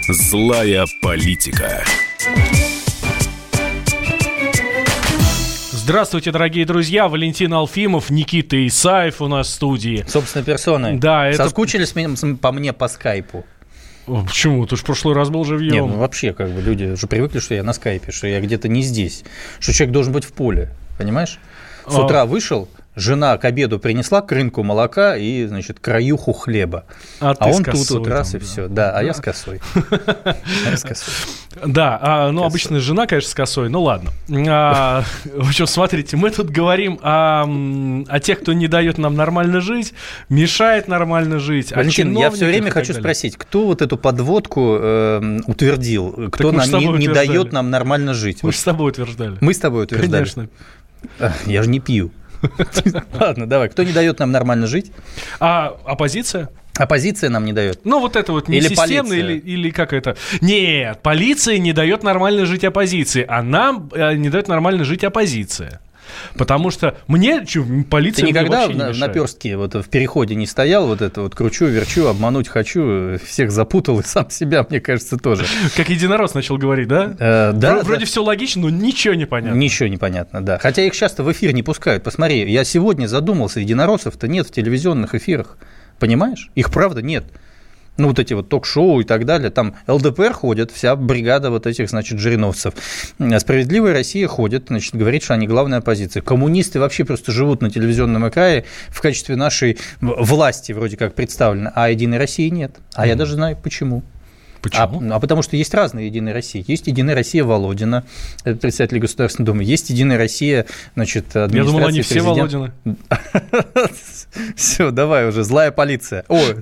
Злая политика. Здравствуйте, дорогие друзья. Валентин Алфимов, Никита Исаев у нас в студии. Собственной персоной. Да, это... Соскучились по мне по скайпу? Почему? Ты же в прошлый раз был живьем. Нет, ну вообще, как бы люди уже привыкли, что я на скайпе, что я где-то не здесь, что человек должен быть в поле, понимаешь? С утра вышел, жена к обеду принесла крынку молока и, значит, краюху хлеба. А он тут вот раз там, и все. Да, я с косой. Да, ну обычно жена, конечно, с косой, ну ладно. В общем, смотрите, мы тут говорим о тех, кто не дает нам нормально жить, мешает нормально жить. Валентин, я все время хочу спросить, кто вот эту подводку утвердил, кто не дает нам нормально жить? Мы же с тобой утверждали. Мы с тобой утверждали? Конечно. Я же не пью. Ладно, давай. Кто не дает нам нормально жить? Оппозиция? Оппозиция нам не дает. Ну, вот это вот несистемно или как это? Нет, полиция не дает нормально жить оппозиции, а нам не дает нормально жить оппозиция. Потому что полиция... Ты никогда в наперстке вот в переходе не стоял, вот это вот кручу, верчу, обмануть хочу, всех запутал и сам себя, мне кажется, тоже. Как единорос начал говорить, да? Да. Вроде все логично, но ничего не понятно. Ничего не понятно, да. Хотя их часто в эфир не пускают. Посмотри, я сегодня задумался, единороссов-то нет в телевизионных эфирах. Понимаешь? Их правда нет. Ну, вот эти вот ток-шоу и так далее. Там ЛДПР ходит, вся бригада вот этих, значит, жириновцев. «Справедливая Россия» ходит, значит, говорит, что они главная оппозиция. Коммунисты вообще просто живут на телевизионном экране в качестве нашей власти вроде как представлены, а «Единой России» нет. А я даже знаю, почему. Почему? Потому что есть разные «Единая Россия». Есть «Единая Россия» Володина, это председатель Государственной Думы. Есть «Единая Россия», значит, администрация. Я думал, они все Володины. Все, давай уже, злая полиция. Ой,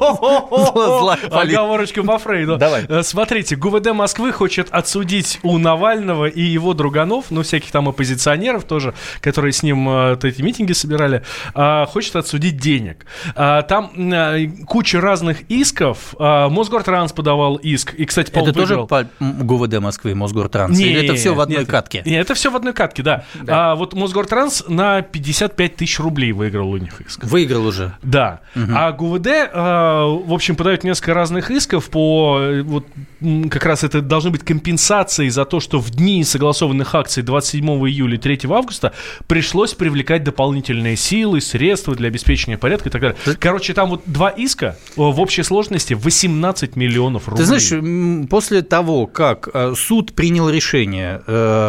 злая полиция. Оговорочка по Фрейду. Давай. Смотрите, ГУВД Москвы хочет отсудить у Навального и его друганов, ну, всяких там оппозиционеров тоже, которые с ним эти митинги собирали, хочет отсудить денег. Там куча разных исков. Мосгортранс подавал иск. И, кстати, это тоже по ГУВД Москвы, Мосгортранс? Или это все в одной катке? Нет, это все в одной катке, да. Вот Мосгортранс на 55 тысяч рублей выиграл у них иск. Выиграл уже? Да. Угу. А ГУВД, в общем, подает несколько разных исков по... Вот, как раз это должны быть компенсации за то, что в дни согласованных акций 27 июля и 3 августа пришлось привлекать дополнительные силы, средства для обеспечения порядка и так далее. Короче, там вот два иска в общей сложности 18 миллионов рублей. Ты знаешь, после того, как суд принял решение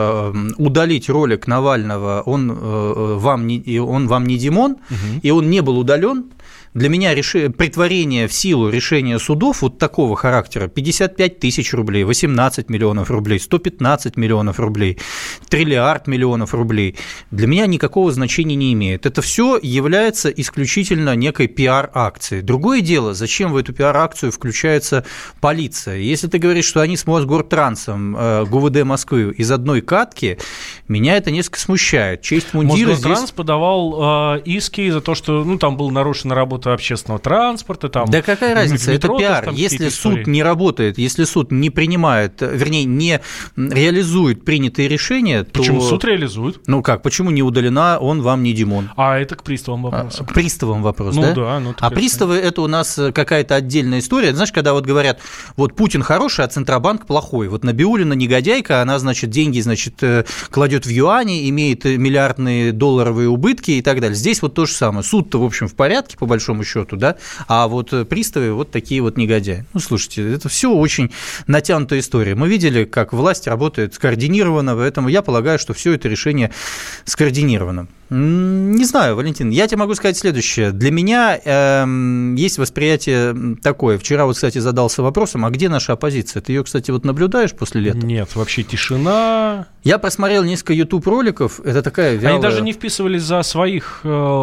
удалить ролик Навального, он вам не Димон, и он не был удален, для меня претворение в силу решения судов вот такого характера 55 тысяч рублей, 18 миллионов рублей, 115 миллионов рублей, триллиард миллионов рублей для меня никакого значения не имеет. Это все является исключительно некой пиар-акцией. Другое дело, зачем в эту пиар-акцию включается полиция. Если ты говоришь, что они с Мосгортрансом, ГУВД Москвы из одной катки, меня это несколько смущает. Честь мундира Мосгортранс здесь... подавал иски за то, что там была нарушена работа общественного транспорта. Там, да какая разница, это пиар. Если суд не работает, если суд не принимает, вернее, не реализует принятые решения, то... Почему суд реализует? Ну как, почему не удалена «Он вам не Димон»? Это к приставам вопрос. К приставам вопрос, да? Да. А приставы – это у нас какая-то отдельная история. Знаешь, когда вот говорят, вот Путин хороший, а Центробанк плохой. Вот Набиуллина негодяйка, она, значит, деньги, значит, кладет в юани, имеет миллиардные долларовые убытки и так далее. Здесь вот то же самое. Суд-то, в общем, в порядке, по большому счету, да, а вот приставы вот такие вот негодяи. Ну, слушайте, это все очень натянутая история. Мы видели, как власть работает скоординированно, поэтому я полагаю, что все это решение скоординировано. Не знаю, Валентин, я тебе могу сказать следующее. Для меня есть восприятие такое. Вчера вот, кстати, задался вопросом, а где наша оппозиция? Ты ее, кстати, вот наблюдаешь после лета? Нет, вообще тишина. Я просмотрел несколько YouTube-роликов, это такая вялая... Они даже не вписывались за своих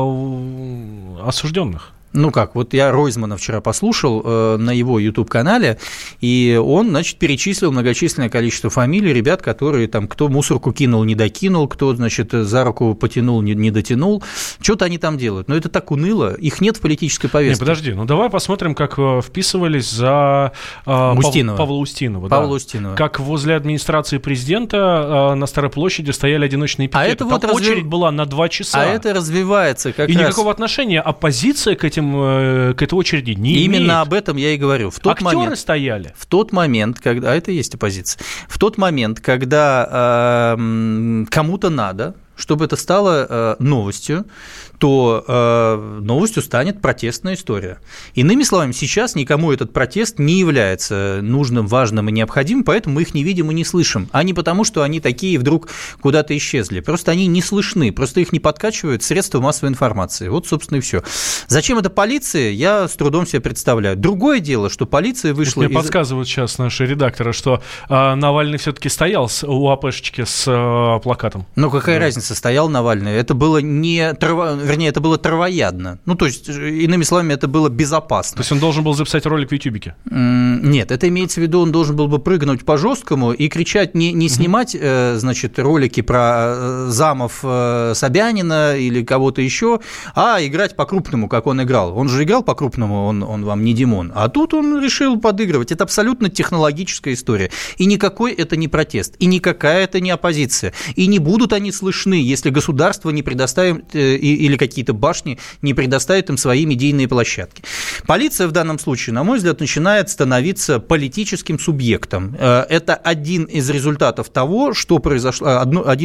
осужденных. Ну как, вот я Ройзмана вчера послушал на его YouTube-канале, и он, значит, перечислил многочисленное количество фамилий ребят, которые там, кто мусорку кинул, не докинул, кто, значит, за руку потянул, не дотянул. Что-то они там делают. Но это так уныло, их нет в политической повестке. Не, подожди, ну давай посмотрим, как вписывались за Павла Устинова. Павла Устинова. Как возле администрации президента на Старой площади стояли одиночные пикеты. А это вот очередь была на 2 часа. А это развивается как раз. И никакого отношения оппозиция к этим отношением к этой очереди не имеет. Именно об этом я и говорю. Актеры стояли. В тот момент, когда... А это и есть оппозиция. В тот момент, когда кому-то надо, чтобы это стало новостью, то новостью станет протестная история. Иными словами, сейчас никому этот протест не является нужным, важным и необходимым, поэтому мы их не видим и не слышим. А не потому, что они такие вдруг куда-то исчезли. Просто они не слышны, просто их не подкачивают средства массовой информации. Вот, собственно, и все. Зачем это полиция, я с трудом себе представляю. Другое дело, что полиция вышла... Мне подсказывают сейчас наши редакторы, что Навальный все-таки стоял у АПшечки с плакатом. Ну, какая разница, стоял Навальный? Это было это было травоядно. Ну, то есть, иными словами, это было безопасно. То есть он должен был записать ролик в Ютубике? Нет, это имеется в виду, он должен был бы прыгнуть по жесткому и кричать, не снимать, значит, ролики про замов Собянина или кого-то еще, а играть по-крупному, как он играл. Он же играл по-крупному, он вам не Димон. А тут он решил подыгрывать. Это абсолютно технологическая история. И никакой это не протест, и никакая это не оппозиция. И не будут они слышны, если государство не предоставит, или какие-то башни не предоставят им свои медийные площадки. Полиция в данном случае, на мой взгляд, начинает становиться политическим субъектом. Это один из результатов того, что произошло,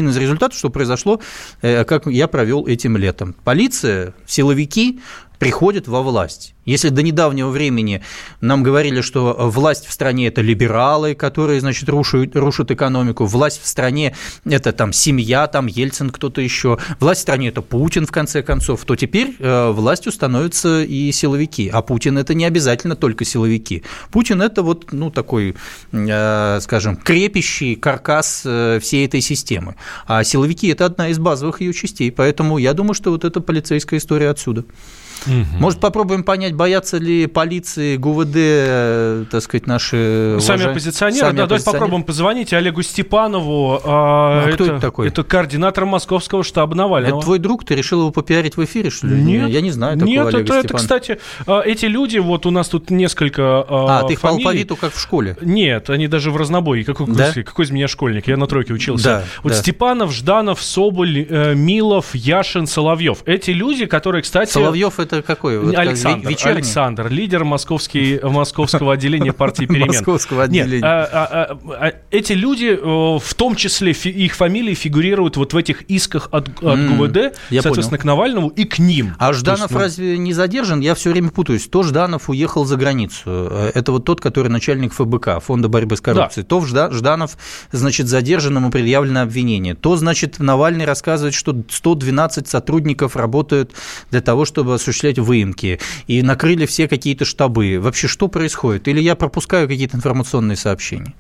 как я провел этим летом. Полиция, силовики приходят во власть. Если до недавнего времени нам говорили, что власть в стране – это либералы, которые, значит, рушат экономику, власть в стране – это там семья, там Ельцин, кто-то еще, власть в стране – это Путин, в конце концов, то теперь властью становятся и силовики. А Путин – это не обязательно только силовики. Путин – это вот, ну, такой, скажем, крепящий каркас всей этой системы. А силовики – это одна из базовых ее частей. Поэтому я думаю, что вот эта полицейская история отсюда. Может, попробуем понять, боятся ли полиции, ГУВД, так сказать, наши сами оппозиционеры? Давайте попробуем позвонить Олегу Степанову. Кто это такой? Это координатор московского штаба Навального. Это твой друг? Ты решил его попиарить в эфире, что ли? Нет. Я не знаю такого Олега Степанова. Это, кстати, эти люди, вот у нас тут несколько ты их по алфавиту, как в школе? Нет, они даже в разнобой. Какой из меня школьник? Я на тройке учился. Да. Степанов, Жданов, Соболь, Милов, Яшин, Соловьев. Эти люди, которые, кстати... Соловьев это какой? Вот Александр, лидер московского отделения партии «Перемен». Московского отделения. Нет, эти люди, в том числе их фамилии, фигурируют вот в этих исках от ГУВД, соответственно, к Навальному и к ним. А Жданов разве не задержан? Я все время путаюсь. То Жданов уехал за границу. Это вот тот, который начальник ФБК, Фонда борьбы с коррупцией. Да. То Жданов, значит, задержан, ему предъявлено обвинение. То, значит, Навальный рассказывает, что 112 сотрудников работают для того, чтобы осуществлять выемки, и накрыли все какие-то штабы. Вообще, что происходит? Или я пропускаю какие-то информационные сообщения?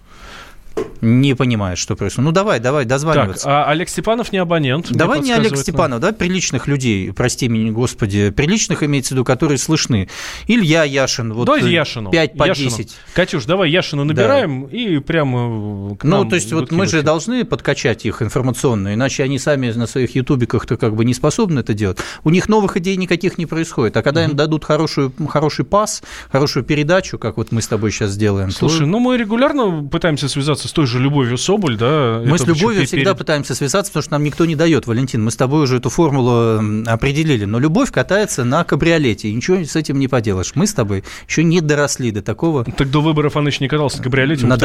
Не понимает, что происходит. Ну, давай, дозваниваться. Так, а Олег Степанов не абонент. Давай не Олег Степанов, давай приличных людей, прости меня, Господи, приличных имеется в виду, которые слышны. Илья Яшин, вот давай Яшину. 5 по 10. Катюш, давай Яшину набираем и прямо к нам. Ну, то есть вот мы же должны подкачать их информационно, иначе они сами на своих ютубиках-то как бы не способны это делать. У них новых идей никаких не происходит. А когда им дадут хороший пас, хорошую передачу, как вот мы с тобой сейчас сделаем. Слушай, мы регулярно пытаемся связаться с той же Любовью Соболь, да? Мы с Любовью всегда пытаемся связаться, потому что нам никто не дает, Валентин. Мы с тобой уже эту формулу определили. Но Любовь катается на кабриолете, и ничего с этим не поделаешь. Мы с тобой еще не доросли до такого. Так до выборов она еще не катался на кабриолете. Мы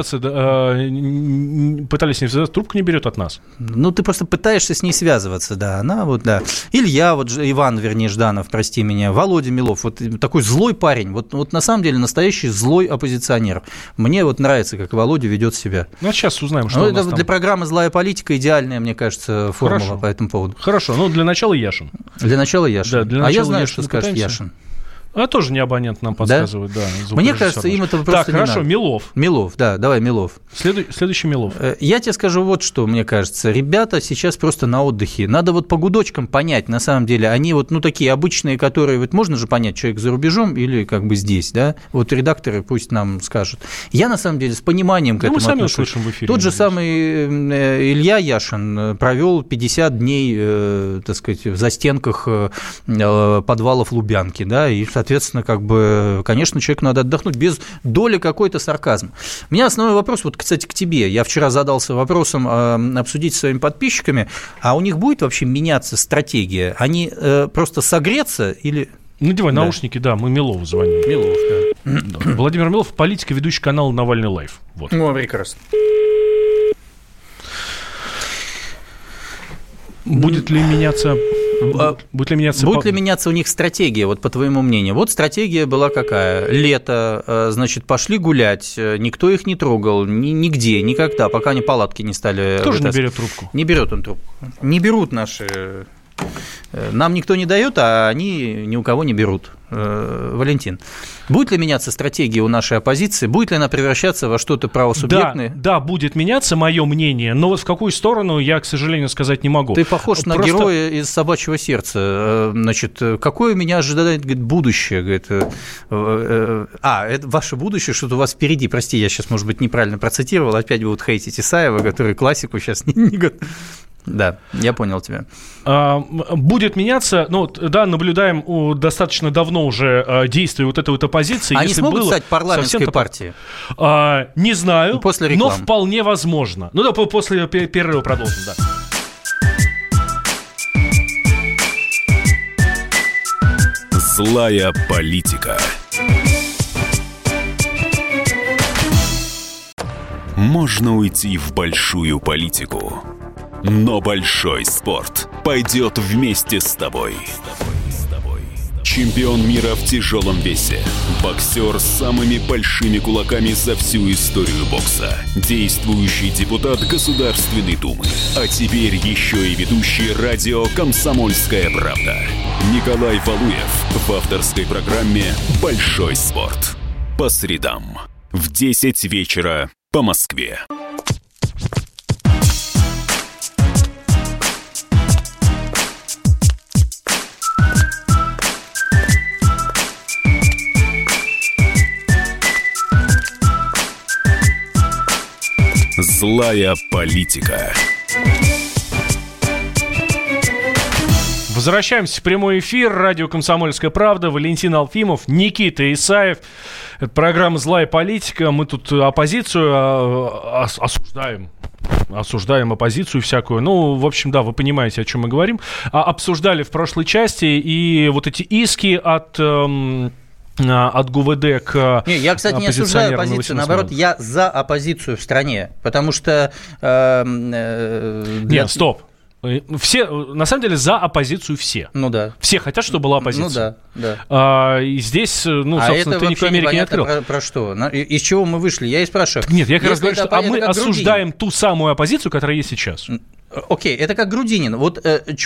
пытались с ней связаться, трубку не берет от нас. Ну, ты просто пытаешься с ней связываться, да. Она вот, да. Илья, вот Иван, вернее, Жданов, прости меня, Володя Милов, вот такой злой парень. Вот на самом деле настоящий злой оппозиционер. Мне вот нравится, как Володя ведет себя. Ну, сейчас узнаем, что у нас там. Для программы «Злая политика» идеальная, мне кажется, формула по этому поводу. Хорошо, ну, для начала Яшин. Для начала Яшин. Да, для начала я знаю, Яшин что скажет Яшин. А тоже не абонент нам подсказывает, да. Мне кажется, им это просто так, не хорошо, надо. Милов, да, давай Милов. Следующий Милов. Я тебе скажу вот что, мне кажется. Ребята сейчас просто на отдыхе. Надо вот по гудочкам понять, на самом деле, они вот, ну, такие обычные, которые, вот можно же понять, человек за рубежом или как бы здесь, да? Вот редакторы пусть нам скажут. Я, на самом деле, с пониманием к этому мы сами отношусь. услышим в эфире. Тот же самый Илья Яшин провел 50 дней, так сказать, в застенках подвалов Лубянки, да, и, соответственно, как бы конечно, человеку надо отдохнуть без доли какой-то сарказма. У меня основной вопрос, вот, кстати, к тебе. Я вчера задался вопросом обсудить с своими подписчиками, а у них будет вообще меняться стратегия? Они просто согреться или Надевай наушники, да, мы Милову звоним. Милов, да. Да. Владимир Милов, политик, ведущий канала «Навальный лайв». Вот. Ну, прекрасно. Будет ли меняться у них стратегия, вот по твоему мнению? Вот стратегия была какая? Лето, значит, пошли гулять, никто их не трогал, нигде, никогда, пока они палатки не стали... Тоже не берет трубку. Не берет он трубку. Не берут наши... Нам никто не дает, а они ни у кого не берут. Валентин, будет ли меняться стратегия у нашей оппозиции? Будет ли она превращаться во что-то правосубъектное? Да, будет меняться, мое мнение, но вот в какую сторону, я, к сожалению, сказать не могу. Ты похож на героя из «Собачьего сердца». Значит, какое меня ожидает, говорит, будущее? Говорит, это ваше будущее, что-то у вас впереди. Прости, я сейчас, может быть, неправильно процитировал. Опять будут хейтить Исаева, который классику сейчас не готов. Да, я понял тебя. Будет меняться, да, наблюдаем достаточно давно уже действия вот этой вот оппозиции. Они смогут стать парламентской партией? Не знаю, после но вполне возможно. Ну да, после перерыва продолжим, да. Злая политика. Можно уйти в большую политику, но большой спорт пойдет вместе с тобой. Чемпион мира в тяжелом весе. Боксер с самыми большими кулаками за всю историю бокса. Действующий депутат Государственной Думы. А теперь еще и ведущий радио «Комсомольская правда». Николай Валуев в авторской программе «Большой спорт». По средам в 10 вечера по Москве. Злая политика. Возвращаемся в прямой эфир. Радио «Комсомольская правда». Валентин Алфимов, Никита Исаев. Это программа «Злая политика». Мы тут оппозицию осуждаем. Осуждаем оппозицию всякую. Ну, в общем, да, вы понимаете, о чем мы говорим. Обсуждали в прошлой части. И вот эти иски от ГУВД к... Я, кстати, не осуждаю оппозицию, наоборот, я за оппозицию в стране, потому что... Нет, стоп. Все, на самом деле, за оппозицию все. Ну да. Все хотят, чтобы была оппозиция. Ну да. И здесь, собственно, ты никакой Америки не открыл. Про что? Из чего мы вышли? Я и спрашиваю. Нет, я как раз говорю, что мы осуждаем ту самую оппозицию, которая есть сейчас. Окей, это как Грудинин. Вот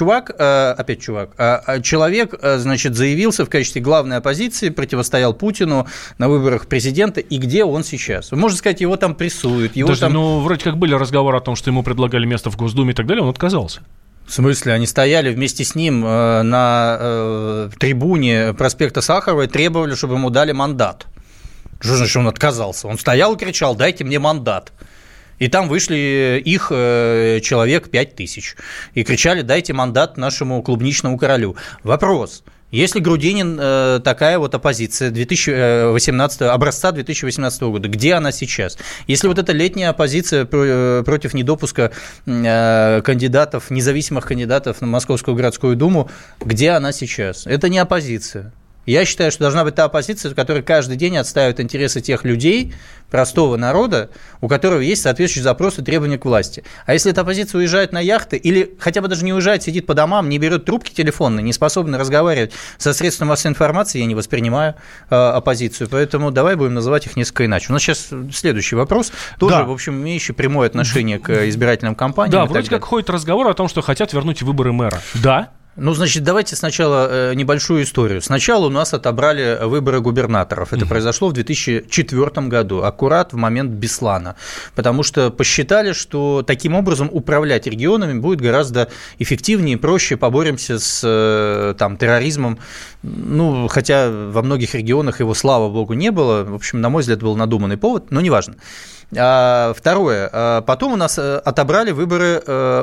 человек, значит, заявился в качестве главной оппозиции, противостоял Путину на выборах президента, и где он сейчас? Можно сказать, его там прессуют. Вроде как были разговоры о том, что ему предлагали место в Госдуме и так далее, он отказался. В смысле? Они стояли вместе с ним на трибуне проспекта Сахарова и требовали, чтобы ему дали мандат. Что значит, он отказался? Он стоял и кричал: «Дайте мне мандат». И там вышли их человек 5000 и кричали: «Дайте мандат нашему клубничному королю». Вопрос: если Грудинин такая вот оппозиция 2018, образца 2018 года, где она сейчас? Если вот эта летняя оппозиция против недопуска кандидатов, независимых кандидатов на Московскую городскую думу, где она сейчас? Это не оппозиция. Я считаю, что должна быть та оппозиция, которая каждый день отстаивает интересы тех людей, простого народа, у которого есть соответствующие запросы и требования к власти. А если эта оппозиция уезжает на яхты или хотя бы даже не уезжает, сидит по домам, не берет трубки телефонные, не способна разговаривать со средствами массовой информации, я не воспринимаю оппозицию. Поэтому давай будем называть их несколько иначе. У нас сейчас следующий вопрос, тоже, в общем, имеющий прямое отношение к избирательным кампаниям. Да, вроде как ходит разговор о том, что хотят вернуть выборы мэра. Да. Ну, значит, давайте сначала небольшую историю. Сначала у нас отобрали выборы губернаторов. Это произошло в 2004 году, аккурат в момент Беслана. Потому что посчитали, что таким образом управлять регионами будет гораздо эффективнее и проще. Поборемся с терроризмом. Ну, хотя во многих регионах его, слава богу, не было. В общем, на мой взгляд, был надуманный повод, но неважно. Второе. Потом у нас отобрали выборы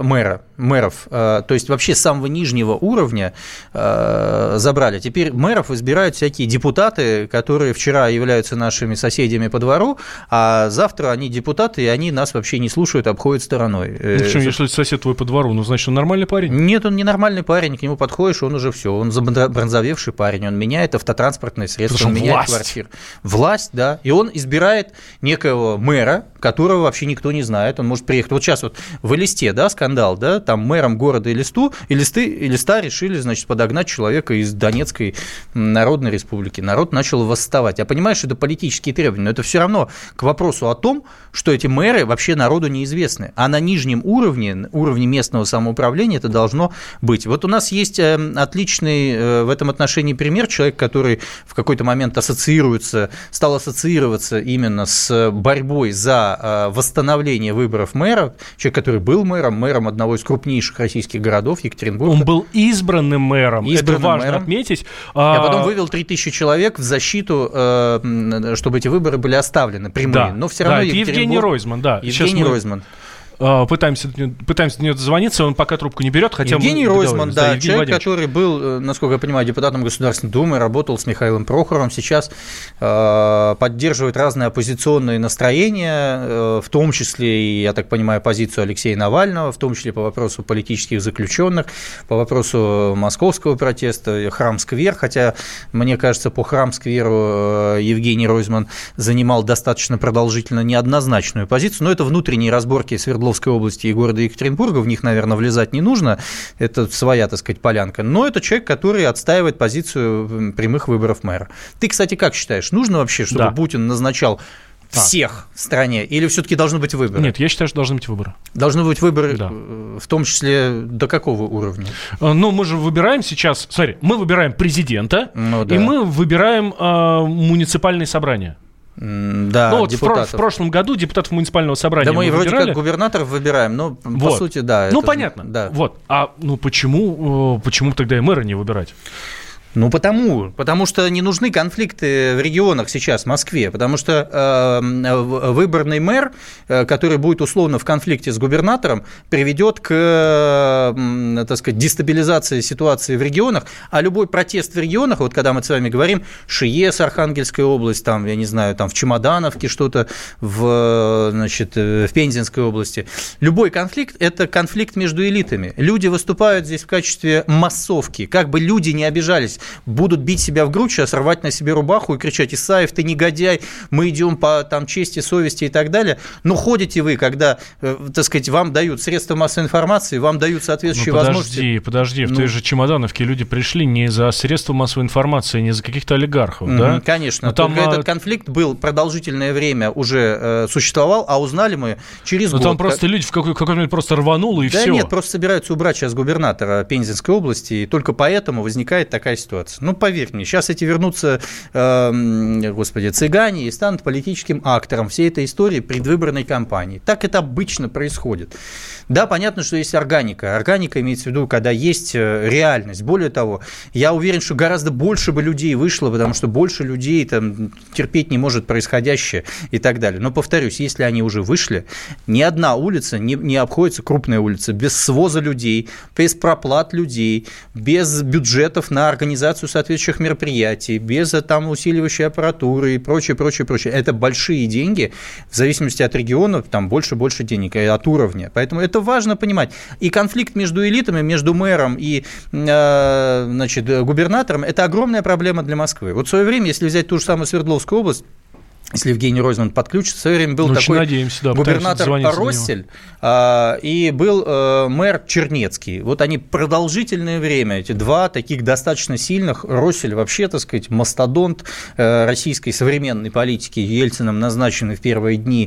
мэров. То есть вообще с самого нижнего уровня забрали. Теперь мэров избирают всякие депутаты, которые вчера являются нашими соседями по двору, а завтра они депутаты, и они нас вообще не слушают, обходят стороной. Причем, если сосед твой по двору, ну, значит, он нормальный парень? Нет, он не нормальный парень, к нему подходишь, он уже все, он забронзовевший парень, он меняет автотранспортное средство, он меняет квартиру. Власть, да, и он избирает некого мэра, которого вообще никто не знает, он может приехать. Вот сейчас вот в Элисте, да, скандал, да, там мэром города Элиста решили, значит, подогнать человека из Донецкой Народной Республики. Народ начал восставать. Я понимаю, что это политические требования, но это все равно к вопросу о том, что эти мэры вообще народу неизвестны. А на нижнем уровне местного самоуправления это должно быть. Вот у нас есть отличный в этом отношении пример. Человек, который в какой-то момент стал ассоциироваться именно с борьбой за восстановление выборов мэра. Человек, который был мэром одного из крупнейших российских городов, Екатеринбурга. Он был избранным мэром. Это важно отметить. А потом вывел 3000 человек в защиту, чтобы эти выборы были оставлены прямые. Да, но все равно Евгений Ройзман, да. Евгений Ройзман. Пытаемся до него дозвониться, он пока трубку не берет, хотя Евгений Ройзман, да, человек, который был, насколько я понимаю, депутатом Государственной Думы, работал с Михаилом Прохоровым, сейчас поддерживает разные оппозиционные настроения, в том числе, я так понимаю, позицию Алексея Навального, в том числе по вопросу политических заключенных, по вопросу московского протеста, Храм-сквер, хотя, мне кажется, по Храм-скверу Евгений Ройзман занимал достаточно продолжительно неоднозначную позицию, но это внутренние разборки Свердловской области и города Екатеринбурга, в них, наверное, влезать не нужно, это своя, так сказать, полянка, но это человек, который отстаивает позицию прямых выборов мэра. Ты, кстати, как считаешь, нужно вообще, чтобы Путин назначал всех в стране, или все-таки должны быть выборы? Нет, я считаю, что должны быть выборы. Должны быть выборы, да. В том числе до какого уровня? Ну, мы же выбираем сейчас, смотри, мы выбираем президента, и мы выбираем муниципальные собрания. Да, ну, вот в прошлом году депутатов муниципального собрания мы вроде выбирали. Как губернаторов выбираем, но по сути, да. Ну, понятно. Да. Вот. Почему тогда и мэра не выбирать? Ну, потому что не нужны конфликты в регионах сейчас, в Москве, потому что выборный мэр, который будет условно в конфликте с губернатором, приведет к, так сказать, дестабилизации ситуации в регионах, а любой протест в регионах, вот когда мы с вами говорим, ШИЕС, Архангельская область, там, я не знаю, там в Чемодановке что-то, в Пензенской области, любой конфликт – это конфликт между элитами. Люди выступают здесь в качестве массовки, как бы люди не обижались, будут бить себя в грудь сейчас, рвать на себе рубаху и кричать: Исаев, ты негодяй, мы идем по чести, совести и так далее. Но ходите вы, когда, так сказать, вам дают средства массовой информации, вам дают соответствующие возможности. Подожди, в той же Чемодановке люди пришли не за средства массовой информации, не за каких-то олигархов, да? Конечно, но только этот конфликт был продолжительное время уже существовал, а узнали мы через год. Там просто люди в какой-то момент просто рвануло и все. Да нет, просто собираются убрать сейчас губернатора Пензенской области, и только поэтому возникает такая ситуация. Ну, поверь мне, сейчас эти вернутся, цыгане и станут политическим актором всей этой истории предвыборной кампании. Так это обычно происходит. Да, понятно, что есть органика. Органика имеется в виду, когда есть реальность. Более того, я уверен, что гораздо больше бы людей вышло, потому что больше людей там терпеть не может происходящее и так далее. Но, повторюсь, если они уже вышли, ни одна улица не обходится, крупная улица, без своза людей, без проплат людей, без бюджетов на организацию соответствующих мероприятий, без там усиливающей аппаратуры и прочее. Это большие деньги, в зависимости от региона, там больше денег, от уровня. Поэтому это важно понимать. И конфликт между элитами, между мэром и губернатором – это огромная проблема для Москвы. Вот в свое время, если взять ту же самую Свердловскую область, если Евгений Ройзман подключится, в свое время был такой губернатор Россель и был мэр Чернецкий. Вот они продолжительное время, эти два таких достаточно сильных, Россель вообще, так сказать, мастодонт российской современной политики, Ельцином назначенный в первые дни,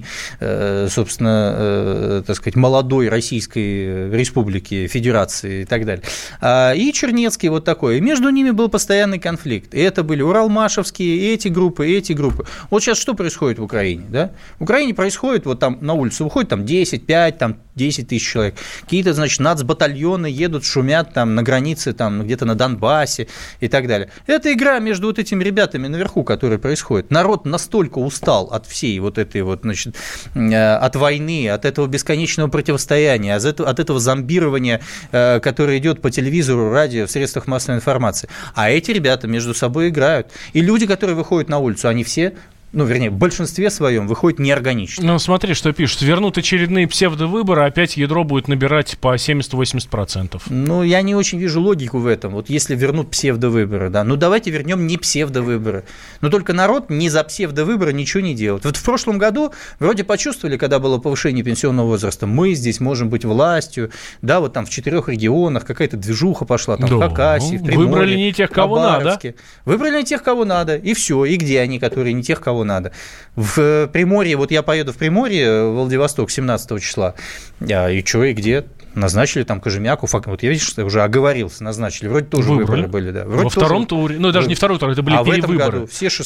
собственно, так сказать, молодой Российской Республики, Федерации и так далее. И Чернецкий вот такой. И между ними был постоянный конфликт. И это были уралмашевские, и эти группы, и эти группы. Вот сейчас что происходит в Украине? Да? В Украине происходит, вот там на улицу выходит там 10, 5, там 10 тысяч человек. Какие-то, значит, нацбатальоны едут, шумят там на границе, там где-то на Донбассе и так далее. Это игра между вот этими ребятами наверху, которая происходит. Народ настолько устал от всей вот этой вот, значит, от войны, от этого бесконечного противостояния, от этого зомбирования, которое идет по телевизору, радио, в средствах массовой информации. А эти ребята между собой играют. И люди, которые выходят на улицу, они все... в большинстве своем выходит неорганично. Ну, смотри, что пишут. Вернут очередные псевдовыборы, опять ядро будет набирать по 70-80%. Ну, я не очень вижу логику в этом. Вот если вернут псевдовыборы, да. Ну, давайте вернем не псевдовыборы. Но только народ не за псевдовыборы ничего не делает. Вот в прошлом году вроде почувствовали, когда было повышение пенсионного возраста, мы здесь можем быть властью, да, вот там в 4 регионах какая-то движуха пошла, там в Хакасии, в Приморье, выбрали не тех, кого надо. Выбрали не тех, кого надо, и все. И где они, которые не тех, кого надо. В Приморье, вот я поеду в Приморье, в Владивосток 17 числа, и что, и где? Назначили там Кожемяку, вот я, видишь, уже оговорился, назначили, вроде тоже выборы были, да. Вроде во втором туре, ну, даже не второй тур, это были перевыборы. А в этом году все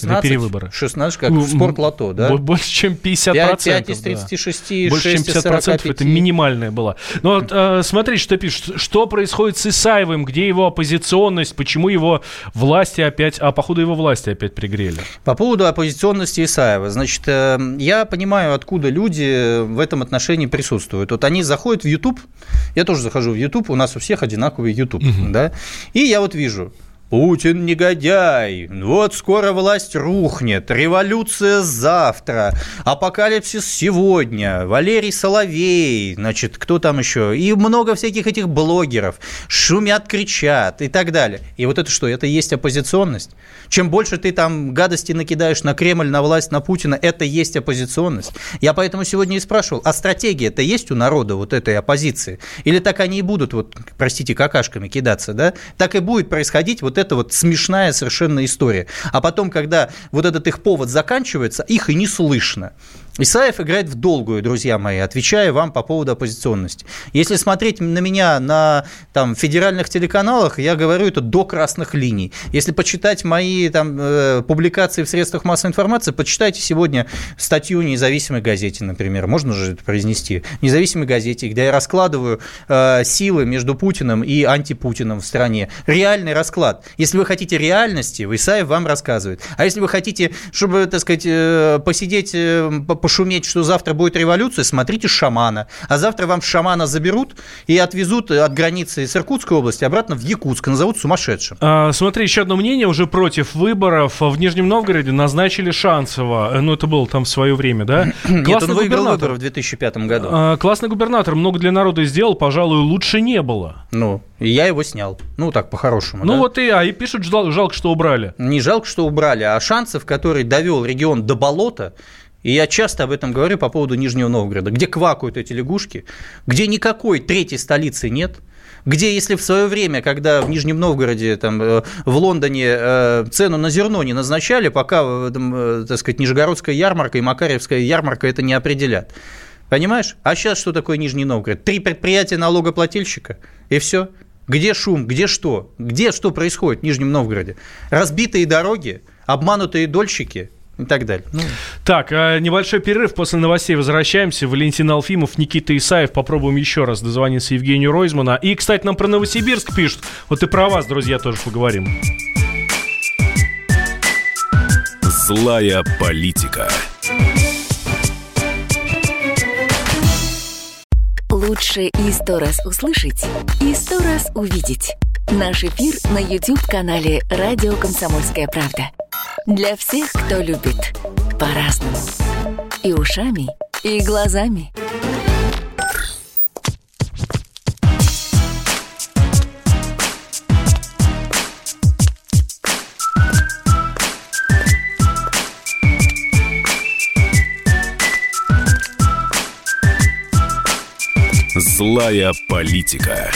16, как в спортлото, да? Больше, чем 50%. 5 из 36, да. 6 из 55. Это минимальная была. Но вот смотри, что пишут, что происходит с Исаевым, где его оппозиционность, почему его власти опять, походу его власти опять пригрели. По поводу оппозиционности Исаева, значит, я понимаю, откуда люди в этом отношении присутствуют. Вот они заходят в YouTube. Я тоже захожу в YouTube, у нас у всех одинаковый YouTube, да, и я вот вижу: Путин негодяй, вот скоро власть рухнет, революция завтра, апокалипсис сегодня, Валерий Соловей, значит, кто там еще, и много всяких этих блогеров, шумят, кричат и так далее. И вот это что, это и есть оппозиционность? Чем больше ты там гадости накидаешь на Кремль, на власть, на Путина, это и есть оппозиционность. Я поэтому сегодня и спрашивал, а стратегия-то есть у народа вот этой оппозиции? Или так они и будут, вот, простите, какашками кидаться, да? Так и будет происходить вот эта вот смешная совершенно история. А потом, когда вот этот их повод заканчивается, их и не слышно. Исаев играет в долгую, друзья мои, отвечая вам по поводу оппозиционности. Если смотреть на меня на там, федеральных телеканалах, я говорю это до красных линий. Если почитать мои там, публикации в средствах массовой информации, почитайте сегодня статью в «Независимой газете», например. Можно же это произнести? В «Независимой газете», где я раскладываю силы между Путиным и антипутиным в стране. Реальный расклад. Если вы хотите реальности, Исаев вам рассказывает. А если вы хотите, чтобы, так сказать, посидеть, пошуметь, что завтра будет революция, смотрите «Шамана». А завтра вам «Шамана» заберут и отвезут от границы с Иркутской области обратно в Якутск, назовут сумасшедшим. Смотри, еще одно мнение уже против выборов. В Нижнем Новгороде назначили Шанцева. Ну, это было там в свое время, да? Нет, он выиграл выборы в 2005 году. Классный губернатор, много для народа сделал, пожалуй, лучше не было. Ну, и я его снял. Ну, так, по-хорошему, ну, да? вот и пишут, жалко, что убрали. Не жалко, что убрали, а Шанцев, который довел регион до болота, и я часто об этом говорю по поводу Нижнего Новгорода, где квакают эти лягушки, где никакой третьей столицы нет, где, если в свое время, когда в Нижнем Новгороде, там, в Лондоне цену на зерно не назначали, пока, так сказать, Нижегородская ярмарка и Макарьевская ярмарка это не определят. Понимаешь? А сейчас что такое Нижний Новгород? 3 предприятия налогоплательщика, и все. Где шум, где что? Где что происходит в Нижнем Новгороде? Разбитые дороги, обманутые дольщики и так далее. Так, небольшой перерыв, после новостей возвращаемся. Валентин Алфимов, Никита Исаев. Попробуем еще раз дозвониться Евгению Ройзмана. И, кстати, нам про Новосибирск пишут. Вот и про вас, друзья, тоже поговорим. Злая политика. Лучше и 100 раз услышать, и 100 раз увидеть. Наш эфир на YouTube-канале «Радио Комсомольская правда». Для всех, кто любит по-разному. И ушами, и глазами. Злая политика.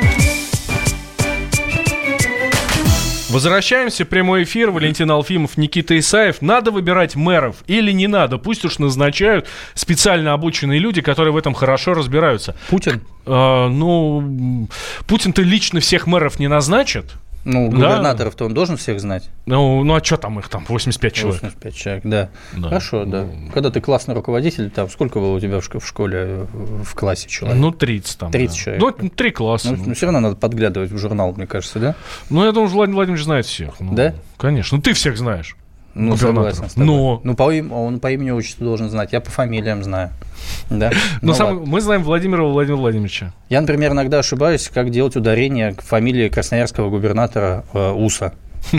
Возвращаемся, прямой эфир. Валентин Алфимов, Никита Исаев. Надо выбирать мэров или не надо? Пусть уж назначают специально обученные люди, которые в этом хорошо разбираются. Путин? Путин-то лично всех мэров не назначит. Ну, губернаторов-то он должен всех знать. Ну а что там их там, 85 человек? 85 человек, да. Хорошо, да. Когда ты классный руководитель, там сколько было у тебя в школе, в классе человек? Ну, 30 там. 30 человек. Ну, 3 класса. Ну, все равно надо подглядывать в журнал, мне кажется, да? Ну, я думаю, Владимир Владимирович знает всех. Да? Конечно. Ну, ты всех знаешь. Ну, согласен с тобой. Ну, он по имени отчеству должен знать. Я по фамилиям знаю. Да? Мы знаем Владимира Владимировича. Я, например, иногда ошибаюсь, как делать ударение к фамилии красноярского губернатора Уса.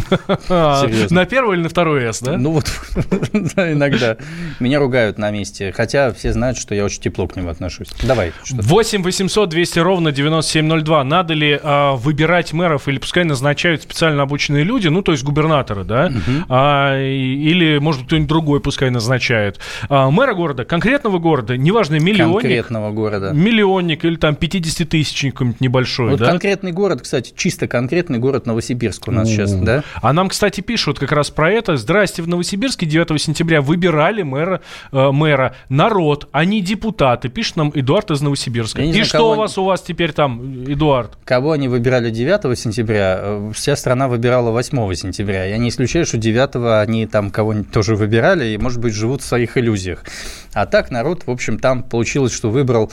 На первое или на второе «С», да? Ну вот, иногда. Меня ругают на месте, хотя все знают, что я очень тепло к ним отношусь. Давай. 8 800 200 ровно 9702. Надо ли выбирать мэров или пускай назначают специально обученные люди, ну, то есть губернаторы, да? Или, может быть, кто-нибудь другой пускай назначает. Мэра города, конкретного города, неважно, миллионник. Конкретного города. Миллионник или там 50-тысячник какой-нибудь небольшой, вот да? Конкретный город, кстати, чисто конкретный город Новосибирск у нас сейчас, да? А нам, кстати, пишут как раз про это. Здрасте, в Новосибирске 9 сентября выбирали мэра народ, а не депутаты. Пишет нам Эдуард из Новосибирска. И что у вас теперь там, Эдуард? Кого они выбирали 9 сентября, вся страна выбирала 8 сентября. Я не исключаю, что 9 они там кого-нибудь тоже выбирали и, может быть, живут в своих иллюзиях. А так народ, в общем, там получилось, что выбрал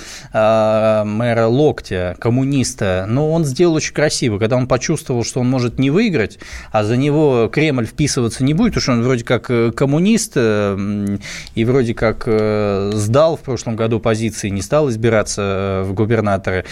мэра Локтя, коммуниста. Но он сделал очень красиво, когда он почувствовал, что он может не выиграть, а за него Кремль вписываться не будет, потому что он вроде как коммунист и вроде как сдал в прошлом году позиции, не стал избираться в губернаторы.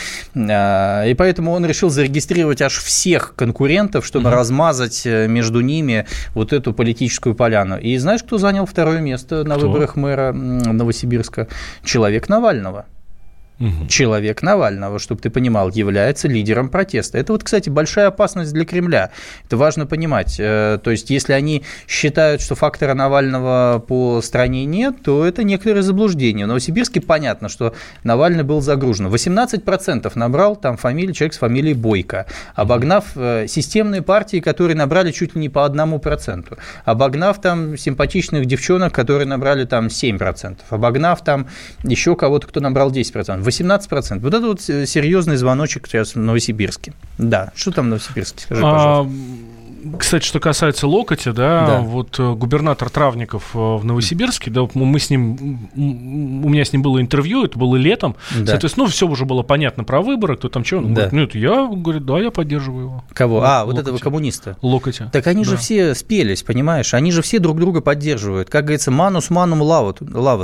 И поэтому он решил зарегистрировать аж всех конкурентов, чтобы размазать между ними вот эту политическую поляну. И знаешь, кто занял второе место на выборах мэра Новосибирска? Человек Навального. Человек Навального, чтобы ты понимал, является лидером протеста. Это вот, кстати, большая опасность для Кремля. Это важно понимать. То есть, если они считают, что фактора Навального по стране нет, то это некоторое заблуждение. В Новосибирске понятно, что Навальный был загружен. 18% набрал там человек с фамилией Бойко, обогнав системные партии, которые набрали чуть ли не по 1%, обогнав там симпатичных девчонок, которые набрали там 7%, обогнав там еще кого-то, кто набрал 10%. 18%. Вот это вот серьезный звоночек сейчас в Новосибирске. Да, что там в Новосибирске? Скажи, пожалуйста. Кстати, что касается Локотя, да, вот губернатор Травников в Новосибирске, да, мы с ним, у меня с ним было интервью, это было летом, соответственно, все уже было понятно про выборы, кто там чего, он говорит, нет, я поддерживаю его. Кого? Вот Локотя. Этого коммуниста? Локотя. Так они же все спелись, понимаешь, они же все друг друга поддерживают, как говорится, манус манум лават,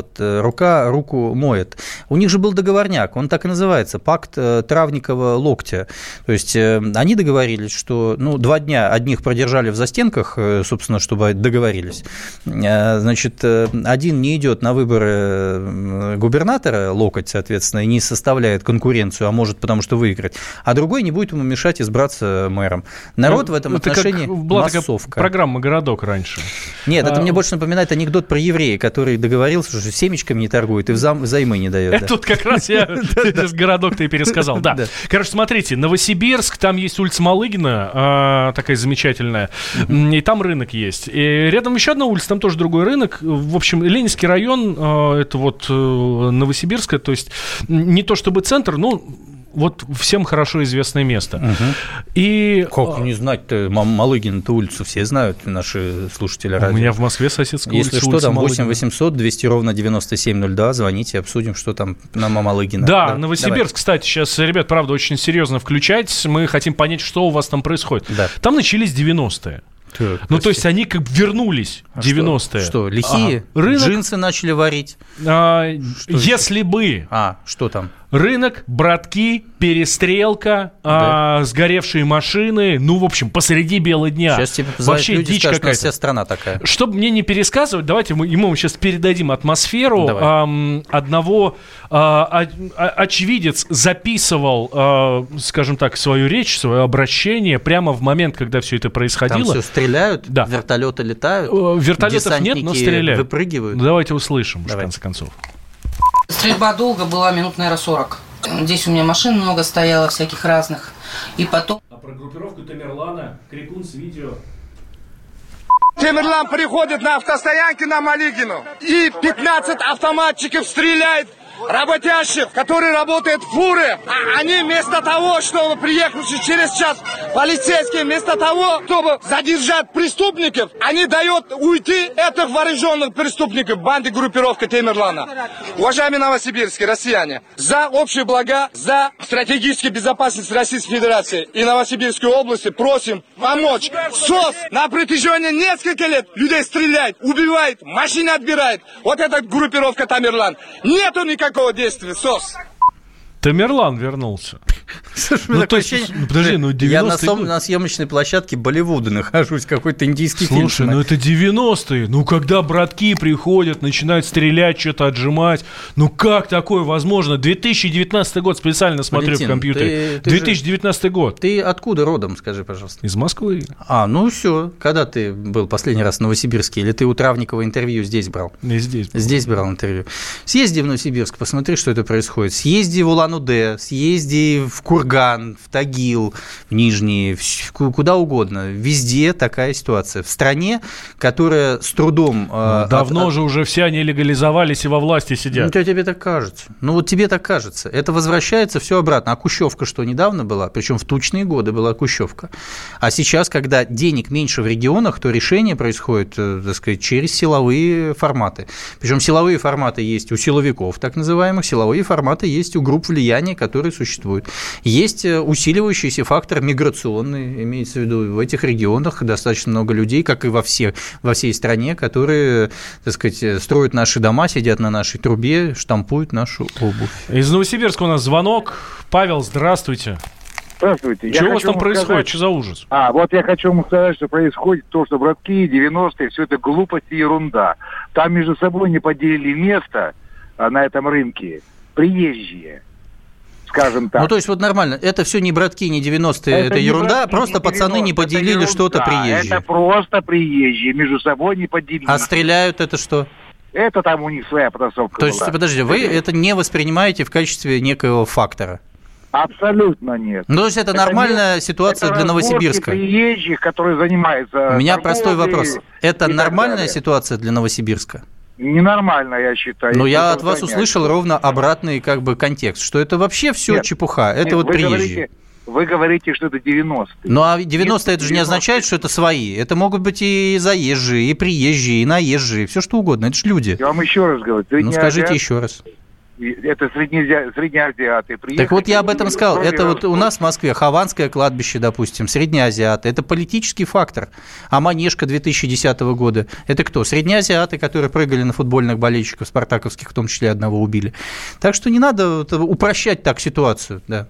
рука руку моет. У них же был договорняк, он так и называется, пакт Травникова-Локтя, то есть они договорились, что, 2 дня одних продержали в застенках, собственно, чтобы договорились. Значит, один не идет на выборы губернатора, Локоть, соответственно, и не составляет конкуренцию, а может потому что выиграть, а другой не будет ему мешать избраться мэром. Народ в этом отношении была массовка. Такая программа «Городок» раньше. Нет, это мне больше напоминает анекдот про еврея, который договорился, что семечками не торгует и взаймы не дает. Тут как раз я «Городок»-то и пересказал. Да. Короче, смотрите, Новосибирск, там есть улица Малыгина, такая замечательная, и там рынок есть. И рядом еще одна улица, там тоже другой рынок. В общем, Ленинский район, это вот Новосибирская, то есть не то чтобы центр, но вот всем хорошо известное место. И... Как не знать-то? Малыгин-то улицу все знают, наши слушатели радио. У меня в Москве соседская улица. Если что, там 8 800 200 ровно 9702, звоните, обсудим, что там на Малыгина. Да, Новосибирск, кстати, сейчас, ребят, правда, очень серьезно включать. Мы хотим понять, что у вас там происходит. Там начались 90-е. То есть они как бы вернулись, 90-е. Что, лихие? Рынок... Джинсы начали варить? Если бы... что там? Рынок, братки, перестрелка, сгоревшие машины, в общем, посреди бела дня. Сейчас тебе вообще люди дичь скажут, какая-то. Вся страна такая. Чтобы мне не пересказывать, давайте ему сейчас передадим атмосферу. Одного очевидец записывал, скажем так, свою речь, свое обращение прямо в момент, когда все это происходило. Там все стреляют, вертолеты летают, вертолетов нет, но стреляют. Выпрыгивают. Давайте услышим, в конце концов. Стрельба долго была, минут, наверное, 40. Здесь у меня машин много стояло, всяких разных. И потом... А про группировку Тамерлана, Крикун с видео... Тамерлан приходит на автостоянке на Малыгину, и 15 автоматчиков стреляет работящих, которые работают в фуре. Они вместо того, чтобы приехавшие через час полицейские, вместо того, чтобы задержать преступников, они дают уйти этих вооруженных преступников, банде группировки Тамерлана. Уважаемые новосибирские россияне, за общие блага, за стратегическую безопасность Российской Федерации и Новосибирской области просим помочь. СОС на протяжении нескольких лет людей стреляет, убивает, машины отбирает. Вот эта группировка Тамерлан. Нету никакого действия, СОС. Тамерлан вернулся. Слушай, подожди, 90-е я на съемочной площадке Болливуда нахожусь, какой-то индийский фильм. Слушай, это 90-е. Когда братки приходят, начинают стрелять, что-то отжимать. Как такое возможно? 2019 год, специально смотрю в компьютере. 2019 год. Ты откуда родом, скажи, пожалуйста? Из Москвы. Все. Когда ты был последний раз в Новосибирске? Или ты у Травникова интервью здесь брал? Здесь брал интервью. Съезди в Новосибирск, посмотри, что это происходит. Съезди в Улан-Удэ, съезди в Курган, в Тагил, в Нижний, куда угодно. Везде такая ситуация. В стране, которая с трудом... Давно же уже все они легализовались и во власти сидят. Тебе так кажется. Тебе так кажется. Это возвращается все обратно. А Кущевка что, недавно была? Причем в тучные годы была Кущевка. А сейчас, когда денег меньше в регионах, то решение происходит, так сказать, через силовые форматы. Причем силовые форматы есть у силовиков, так называемых, силовые форматы есть у групп влияния, которые существуют. Есть усиливающийся фактор миграционный, имеется в виду, в этих регионах достаточно много людей, как и во всей стране, которые, так сказать, строят наши дома, сидят на нашей трубе, штампуют нашу обувь. Из Новосибирска у нас звонок. Павел, здравствуйте. Здравствуйте. Что у вас там происходит? Что за ужас? Я хочу вам сказать, что происходит то, что братки, 90-е, все это глупость и ерунда. Там между собой не поделили место на этом рынке приезжие, скажем так. То есть нормально. Это все не братки, не 90-е, это ерунда, братки, просто пацаны не поделили что-то приезжие. Это просто приезжие, между собой не поделили. А стреляют это что? Это там у них своя потасовка. То есть, подожди, вы это не воспринимаете в качестве некоего фактора? Абсолютно нет. То есть это нормальная ситуация для Новосибирска? Приезжих, которые занимаются... У меня простой вопрос. Это нормальная ситуация для Новосибирска? Ненормально, я считаю. Но я от вас услышал ровно обратный контекст, что это вообще все чепуха, это приезжие. Вы говорите, что это 90-е. А 90-е это же не означает, что это свои. Это могут быть и заезжие, и приезжие, и наезжие, все что угодно. Это же люди. Я вам еще раз говорю. Скажите еще раз. Это среднеазиаты. Так я об этом сказал. Это у нас в Москве Хованское кладбище, допустим, среднеазиаты. Это политический фактор. А Манежка 2010 года. Это кто? Среднеазиаты, которые прыгали на футбольных болельщиков спартаковских, в том числе одного убили. Так что не надо упрощать так ситуацию. Да.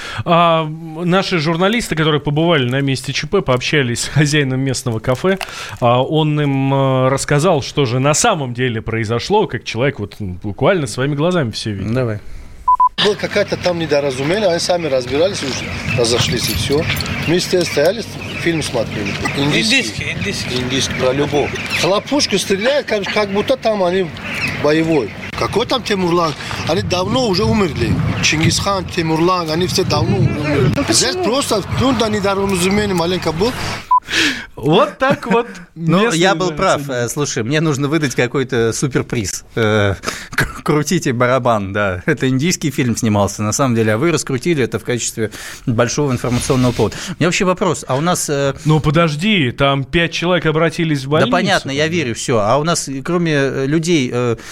Наши журналисты, которые побывали на месте ЧП, пообщались с хозяином местного кафе. Он им рассказал, что же на самом деле произошло, как человек буквально своими глазами все видел. Давай. Было какое-то там недоразумение, они сами разбирались уже, разошлись и все. Мы стояли, фильм смотрели. Индийский, про любовь. Хлопушку стреляют, как будто там они боевой. Какой там Темурлан? Они давно уже умерли. Чингисхан, Темурлан, они все давно уже умерли. Здесь просто недоразумение маленько было. Вот так вот. Я был прав. Слушай, мне нужно выдать какой-то суперприз. Крутите барабан, да. Это индийский фильм снимался, на самом деле, а вы раскрутили это в качестве большого информационного повода. У меня вообще вопрос, а у нас... подожди, там 5 человек обратились в больницу. Да понятно, я верю, все. А у нас, кроме людей...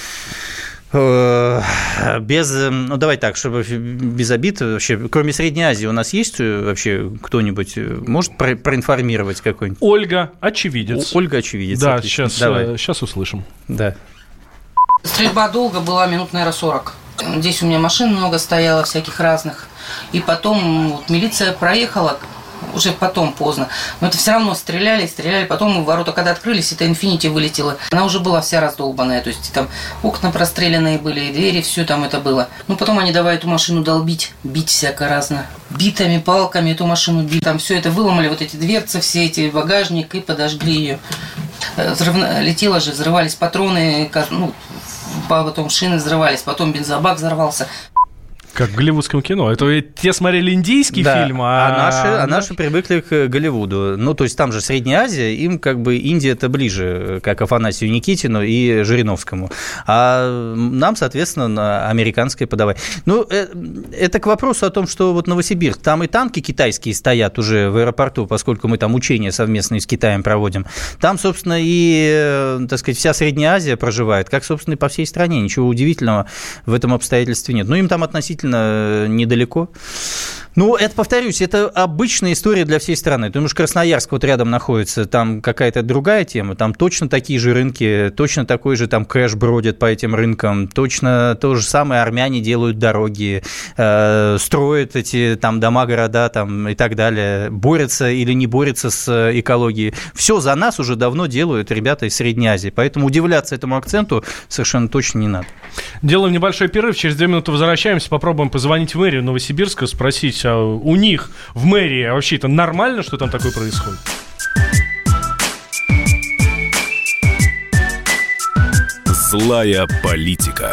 давай так, чтобы без обид, вообще, кроме Средней Азии, у нас есть вообще кто-нибудь, может проинформировать какой-нибудь? Ольга, очевидец. Ольга, очевидец. Да, сейчас услышим. Да. Стрельба долго была, минут, наверное, 40. Здесь у меня машин много стояло, всяких разных. И потом милиция проехала, уже потом поздно. Но это все равно стреляли. Потом ворота, когда открылись, это «Инфинити» вылетело. Она уже была вся раздолбанная. То есть там окна простреленные были, и двери, все там это было. Потом они давай эту машину долбить, бить всяко разно. Битами, палками эту машину бить. Там все это выломали, вот эти дверцы, все эти, багажник, и подожгли ее. Летело же, взрывались патроны, потом шины взрывались, потом бензобак взорвался. Как в голливудском кино. Это те смотрели индийский фильм, а наши привыкли к Голливуду. Ну, то есть там же Средняя Азия, им как бы Индия-то ближе, как Афанасию Никитину и Жириновскому. А нам, соответственно, американское подавай. Ну, это к вопросу о том, что вот Новосибирск, там и танки китайские стоят уже в аэропорту, поскольку мы там учения совместные с Китаем проводим. Там, собственно, и, так сказать, вся Средняя Азия проживает, как, собственно, и по всей стране. Ничего удивительного в этом обстоятельстве нет. Ну, им там относительно недалеко. Ну, это, повторюсь, это обычная история для всей страны. Ты думаешь, Красноярск вот рядом находится, там какая-то другая тема, там точно такие же рынки, точно такой же там кэш бродит по этим рынкам, точно то же самое армяне делают дороги, строят эти там дома, города там, и так далее, борются или не борются с экологией. Все за нас уже давно делают ребята из Средней Азии, поэтому удивляться этому акценту совершенно точно не надо. Делаем небольшой перерыв, через 2 минуты возвращаемся, попробуем позвонить в мэрию Новосибирска, спросить, а у них в мэрии вообще это нормально, что там такое происходит? Злая политика.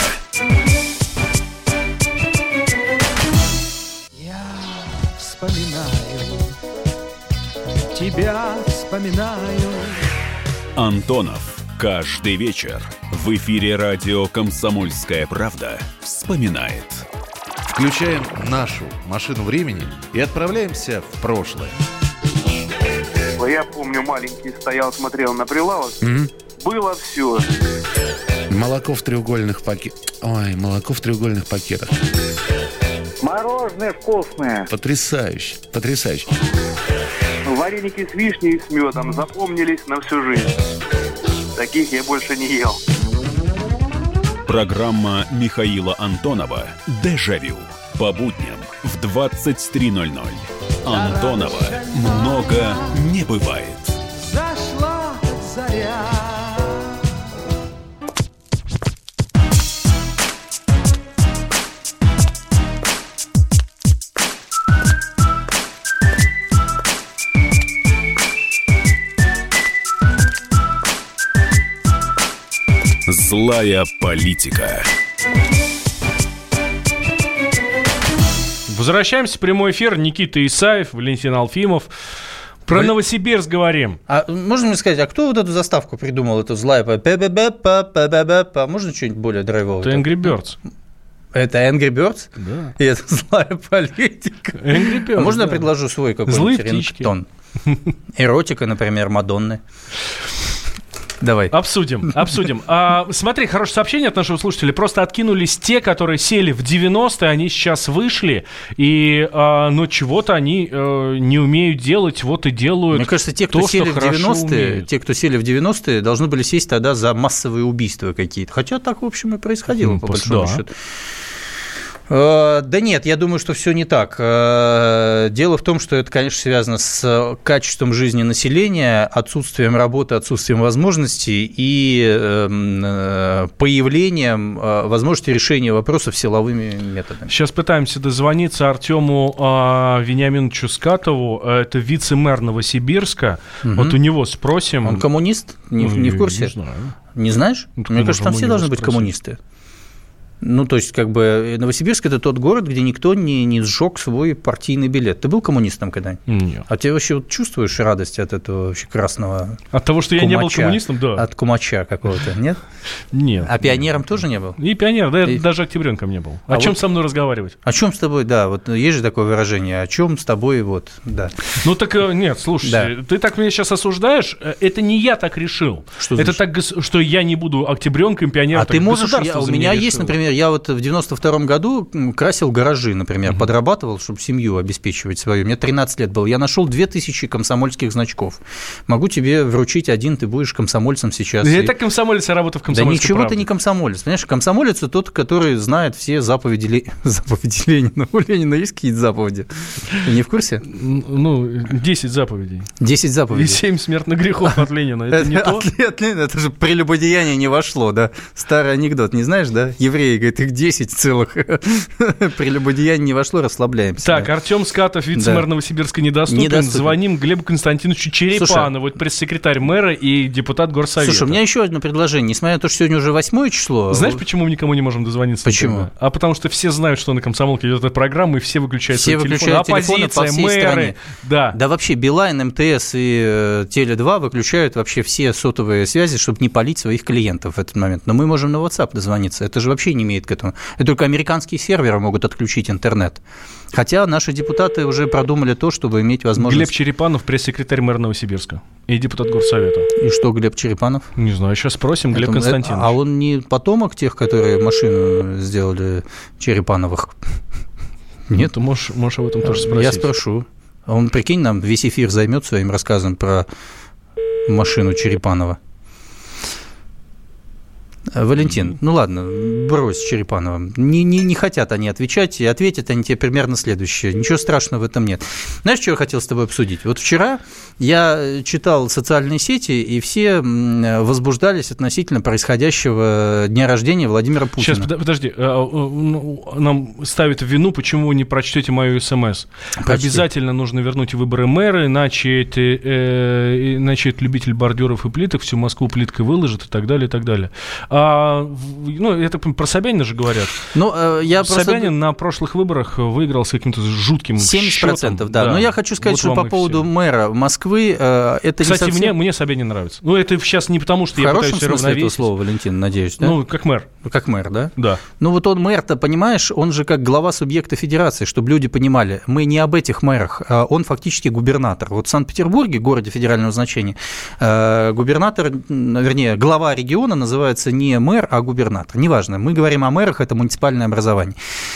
Я вспоминаю, тебя вспоминаю. Антонов. Каждый вечер в эфире радио «Комсомольская правда» вспоминает. Включаем нашу машину времени и отправляемся в прошлое. Я помню, маленький стоял, смотрел на прилавок. Было все. Молоко в треугольных пакетах. Ой, молоко в треугольных пакетах. Мороженое вкусное. Потрясающе, потрясающе. Вареники с вишней и с медом запомнились на всю жизнь. Таких я больше не ел. Программа Михаила Антонова «Дежавю». По будням в 23:00. Антонова много не бывает. Зашла заря. Злая политика. Возвращаемся в прямой эфир. Никита Исаев, Валентин Алфимов. Про Новосибирск говорим. А можно мне сказать, а кто вот эту заставку придумал, эту злая политика? Можно что-нибудь более драйвовое? Это Angry Birds. Это Angry Birds? Да. И это злая политика. Angry Birds, а можно да. Я предложу свой какой-нибудь рингтон? Эротика, например, Мадонны. Давай. Обсудим. Смотри, хорошее сообщение от нашего слушателя. Просто откинулись те, которые сели в 90-е, они сейчас вышли, но чего-то они не умеют делать, вот и делают. Мне кажется, те, кто сели в 90-е, должны были сесть тогда за массовые убийства какие-то. Хотя так, в общем, и происходило, по большому счету. Да нет, я думаю, что все не так. Дело в том, что это, конечно, связано с качеством жизни населения, отсутствием работы, отсутствием возможностей и появлением возможности решения вопросов силовыми методами. Сейчас пытаемся дозвониться Артему Вениаминовичу Скатову, это вице-мэр Новосибирска. Вот у него спросим. Он коммунист? Не в курсе? Не знаю. Не знаешь? Мне кажется, там все должны быть коммунисты. Ну, то есть, как бы, Новосибирск – это тот город, где никто не сжег свой партийный билет. Ты был коммунистом когда-нибудь? Нет. А ты вообще вот чувствуешь радость от этого вообще красного От того, что я не был коммунистом, да. От кумача какого-то, нет? Нет. А пионером тоже не был? И пионер, да, я даже октябренком не был. О чем со мной разговаривать? О чем с тобой, да, вот есть же такое выражение, о чем с тобой, вот, да. Ну, так нет, слушай, ты так меня сейчас осуждаешь, это не я так решил. Что это так, что я не буду октябренком, пионером. А ты можешь, у меня есть, например, я вот в 92-м году красил гаражи, например, подрабатывал, чтобы семью обеспечивать свою. Мне 13 лет было. Я нашел 2000 комсомольских значков. Могу тебе вручить один, ты будешь комсомольцем сейчас. Я так комсомолец, я работаю в «Комсомольской правде». Да ничего ты не комсомолец. Понимаешь, комсомолец – это тот, который знает все заповеди Ленина. У Ленина есть какие-то заповеди? Ты не в курсе? Ну, 10 заповедей. 10 заповедей. И 7 смертных грехов от Ленина. Это не то? От Ленина, это же прелюбодеяние не вошло, да? Старый анекдот, не знаешь, да? Евреи говорит, их 10 целых. Прелюбодеяние не вошло, расслабляемся. Так, Артем Скатов, вице-мэр Новосибирска, недоступен. Звоним Глебу Константиновичу Черепанову, это пресс-секретарь мэра и депутат Горсовета. Слушай, у меня еще одно предложение. Несмотря на то, что сегодня уже 8 число... Знаешь, почему мы никому не можем дозвониться? Почему? Никогда? А потому что все знают, что на «Комсомолке» идет эта программа, и все выключают свои телефоны. Оппозиция, по всей мэры. Стране. Да. Да вообще Билайн, МТС и Теле2 выключают вообще все сотовые связи, чтобы не палить своих клиентов в этот момент. Но мы можем на WhatsApp дозвониться. Это же вообще не имеет к этому. Это только американские серверы могут отключить интернет. Хотя наши депутаты уже продумали то, чтобы иметь возможность... Глеб Черепанов, пресс-секретарь мэра Новосибирска и депутат Горсовета. И что Глеб Черепанов? Не знаю, сейчас спросим. Глеб Константинович. А он не потомок тех, которые машину сделали Черепановых? Нет? Ты можешь об этом тоже спросить. Я спрошу. Он, прикинь, нам весь эфир займет своим рассказом про машину Черепанова. Валентин, ну ладно, брось Черепанова. Не хотят они отвечать, и ответят они тебе примерно следующее. Ничего страшного в этом нет. Знаешь, что я хотел с тобой обсудить? Вот вчера я читал социальные сети, и все возбуждались относительно происходящего дня рождения Владимира Путина. Сейчас, подожди. Нам ставят в вину, почему вы не прочтете мою СМС. Обязательно нужно вернуть выборы мэра, иначе это любитель бордюров и плиток всю Москву плиткой выложит и так далее, и так далее. Я так понимаю, про Собянина же говорят. Собянин на прошлых выборах выиграл с каким-то жутким 70%, счетом. Да. Но я хочу сказать, что по поводу мэра Москвы... это Кстати, не совсем... мне Собянин нравится. Ну, это сейчас не потому, что я пытаюсь равновесить. В хорошем смысле этого слова, Валентин, надеюсь, да? Ну, как мэр. Как мэр, да? Да. Ну, вот он мэр-то, понимаешь, он же как глава субъекта федерации, чтобы люди понимали, мы не об этих мэрах, он фактически губернатор. Вот в Санкт-Петербурге, городе федерального значения, губернатор, вернее, глава региона называется не мэр, а губернатор. Неважно, мы говорим о мэрах, это муниципальное образование.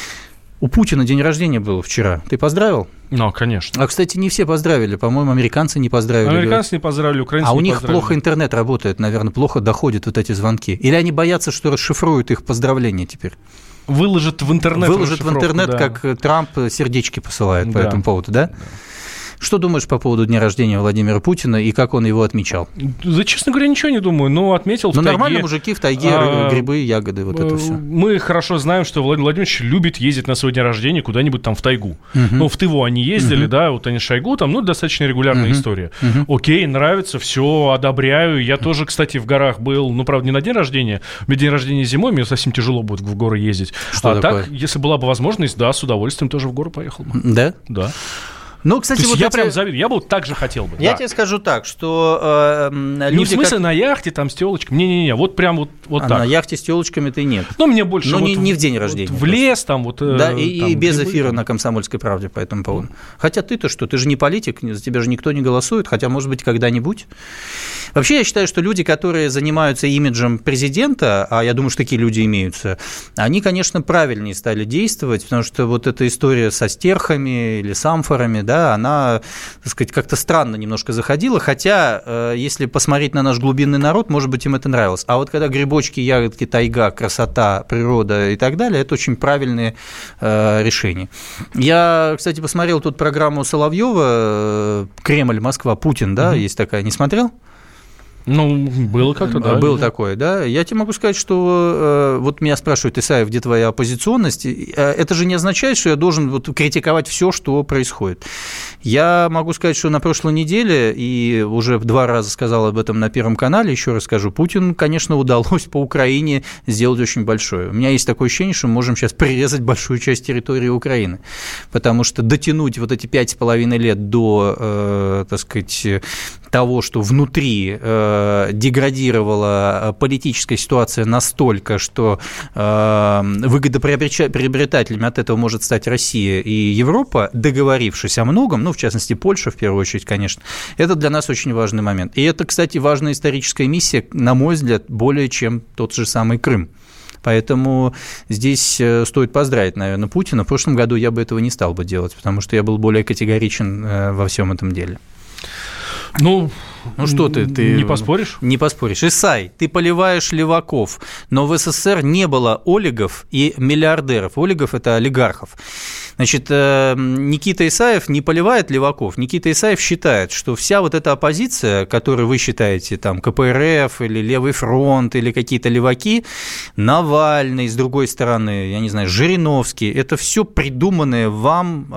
У Путина день рождения был вчера. Ты поздравил? Ну, конечно. А, кстати, не все поздравили. По-моему, американцы не поздравили. Американцы не поздравили, украинцы не поздравили. А у них поздравили. плохо интернет работает, наверное, плохо доходят вот эти звонки. Или они боятся, что расшифруют их поздравления теперь? Выложат в интернет. Выложат в интернет, да. Как Трамп сердечки посылает по этому поводу, да? Что думаешь по поводу дня рождения Владимира Путина и как он его отмечал? Да, честно говоря, ничего не думаю, но отметил в тайге. Нормально мужики в тайге, грибы, ягоды, вот это все. Мы хорошо знаем, что Владимир Владимирович любит ездить на свой день рождения куда-нибудь там в тайгу. Ну, в Тыву они ездили, да, вот они Шойгу там, достаточно регулярная история. Окей, нравится, все, одобряю. Я тоже, кстати, в горах был, правда, не на день рождения. У меня день рождения зимой, мне совсем тяжело будет в горы ездить. Что такое? Так, если была бы возможность, да, с удовольствием тоже в горы поехал бы. Да? Да. Ну, кстати, вот я прям завидую, я бы вот так же хотел бы. Я тебе скажу так, что люди... Не в смысле на яхте там с телочками, не-не-не, вот прям вот так. На яхте с телочками ты нет. Ну, мне больше... Ну, не в день рождения. В лес там вот... Да, и без эфира на «Комсомольской правде» по этому поводу. Хотя ты-то что, ты же не политик, за тебя же никто не голосует, хотя, может быть, когда-нибудь. Вообще, я считаю, что люди, которые занимаются имиджем президента, а я думаю, что такие люди имеются, они, конечно, правильнее стали действовать, потому что вот эта история со стерхами или с амфорами, да, она, так сказать, как-то странно немножко заходила, хотя, если посмотреть на наш глубинный народ, может быть, им это нравилось. А вот когда грибочки, ягодки, тайга, красота, природа и так далее, это очень правильные решения. Я, кстати, посмотрел тут программу Соловьева «Кремль, Москва, Путин», да, есть такая, не смотрел? Ну, было как-то, да. Было такое, да. Я тебе могу сказать, что вот меня спрашивают, Исаев, где твоя оппозиционность? Это же не означает, что я должен вот критиковать все, что происходит. Я могу сказать, что на прошлой неделе, и уже 2 раза сказал об этом на Первом канале, еще раз скажу, Путину, конечно, удалось по Украине сделать очень большое. У меня есть такое ощущение, что мы можем сейчас прирезать большую часть территории Украины, потому что дотянуть вот эти 5,5 лет до, так сказать, того, что внутри деградировала политическая ситуация настолько, что выгодоприобретателями от этого может стать Россия и Европа, договорившись о многом, ну, в частности, Польша, в первую очередь, конечно, это для нас очень важный момент. И это, кстати, важная историческая миссия, на мой взгляд, более чем тот же самый Крым. Поэтому здесь стоит поздравить, наверное, Путина. В прошлом году я бы этого не стал бы делать, потому что я был более категоричен во всем этом деле. Ну, Ну что ты Не поспоришь? Не поспоришь. Исай, ты поливаешь леваков, но в СССР не было олигов и миллиардеров. Олигов – это олигархов. Значит, Никита Исаев не поливает леваков. Никита Исаев считает, что вся вот эта оппозиция, которую вы считаете, там, КПРФ или Левый фронт или какие-то леваки, Навальный, с другой стороны, я не знаю, Жириновский, это все придуманные вам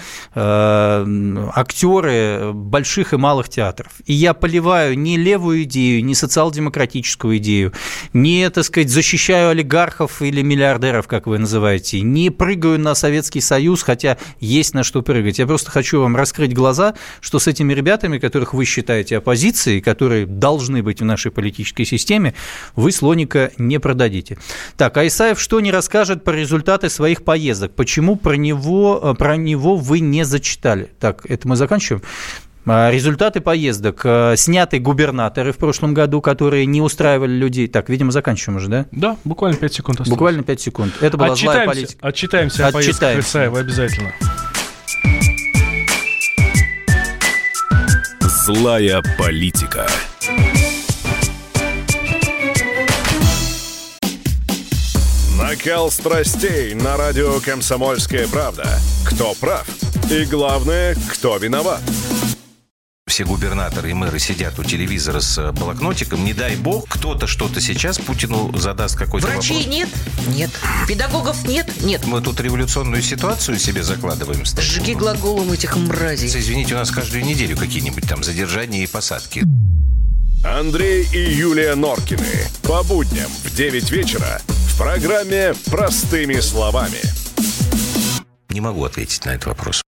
актеры больших и малых театров. И я поливаю не левую идею, не социал-демократическую идею, не, так сказать, защищаю олигархов или миллиардеров, как вы называете, не прыгаю на Советский Союз, хотя есть на что прыгать. Я просто хочу вам раскрыть глаза, что с этими ребятами, которых вы считаете оппозицией, которые должны быть в нашей политической системе, вы слоника не продадите. Так, а Исаев что не расскажет про результаты своих поездок? Почему про него вы не зачитали? Так, это мы заканчиваем. Результаты поездок. Сняты губернаторы в прошлом году, которые не устраивали людей. Так, видимо, заканчиваем уже, да? Да, буквально 5 секунд осталось. Буквально 5 секунд. Это была злая политика. Отчитаемся о поездках Исаева обязательно. Злая политика. Накал страстей на радио «Комсомольская правда». Кто прав? И главное, кто виноват? Все губернаторы и мэры сидят у телевизора с блокнотиком. Не дай бог, кто-то что-то сейчас Путину задаст какой-то вопрос. Врачей нет? Нет. Педагогов нет? Нет. Мы тут революционную ситуацию себе закладываем. Сжиги глаголом этих мразей. Извините, у нас каждую неделю какие-нибудь там задержания и посадки. Андрей и Юлия Норкины. По будням в 9 вечера в программе «Простыми словами». Не могу ответить на этот вопрос.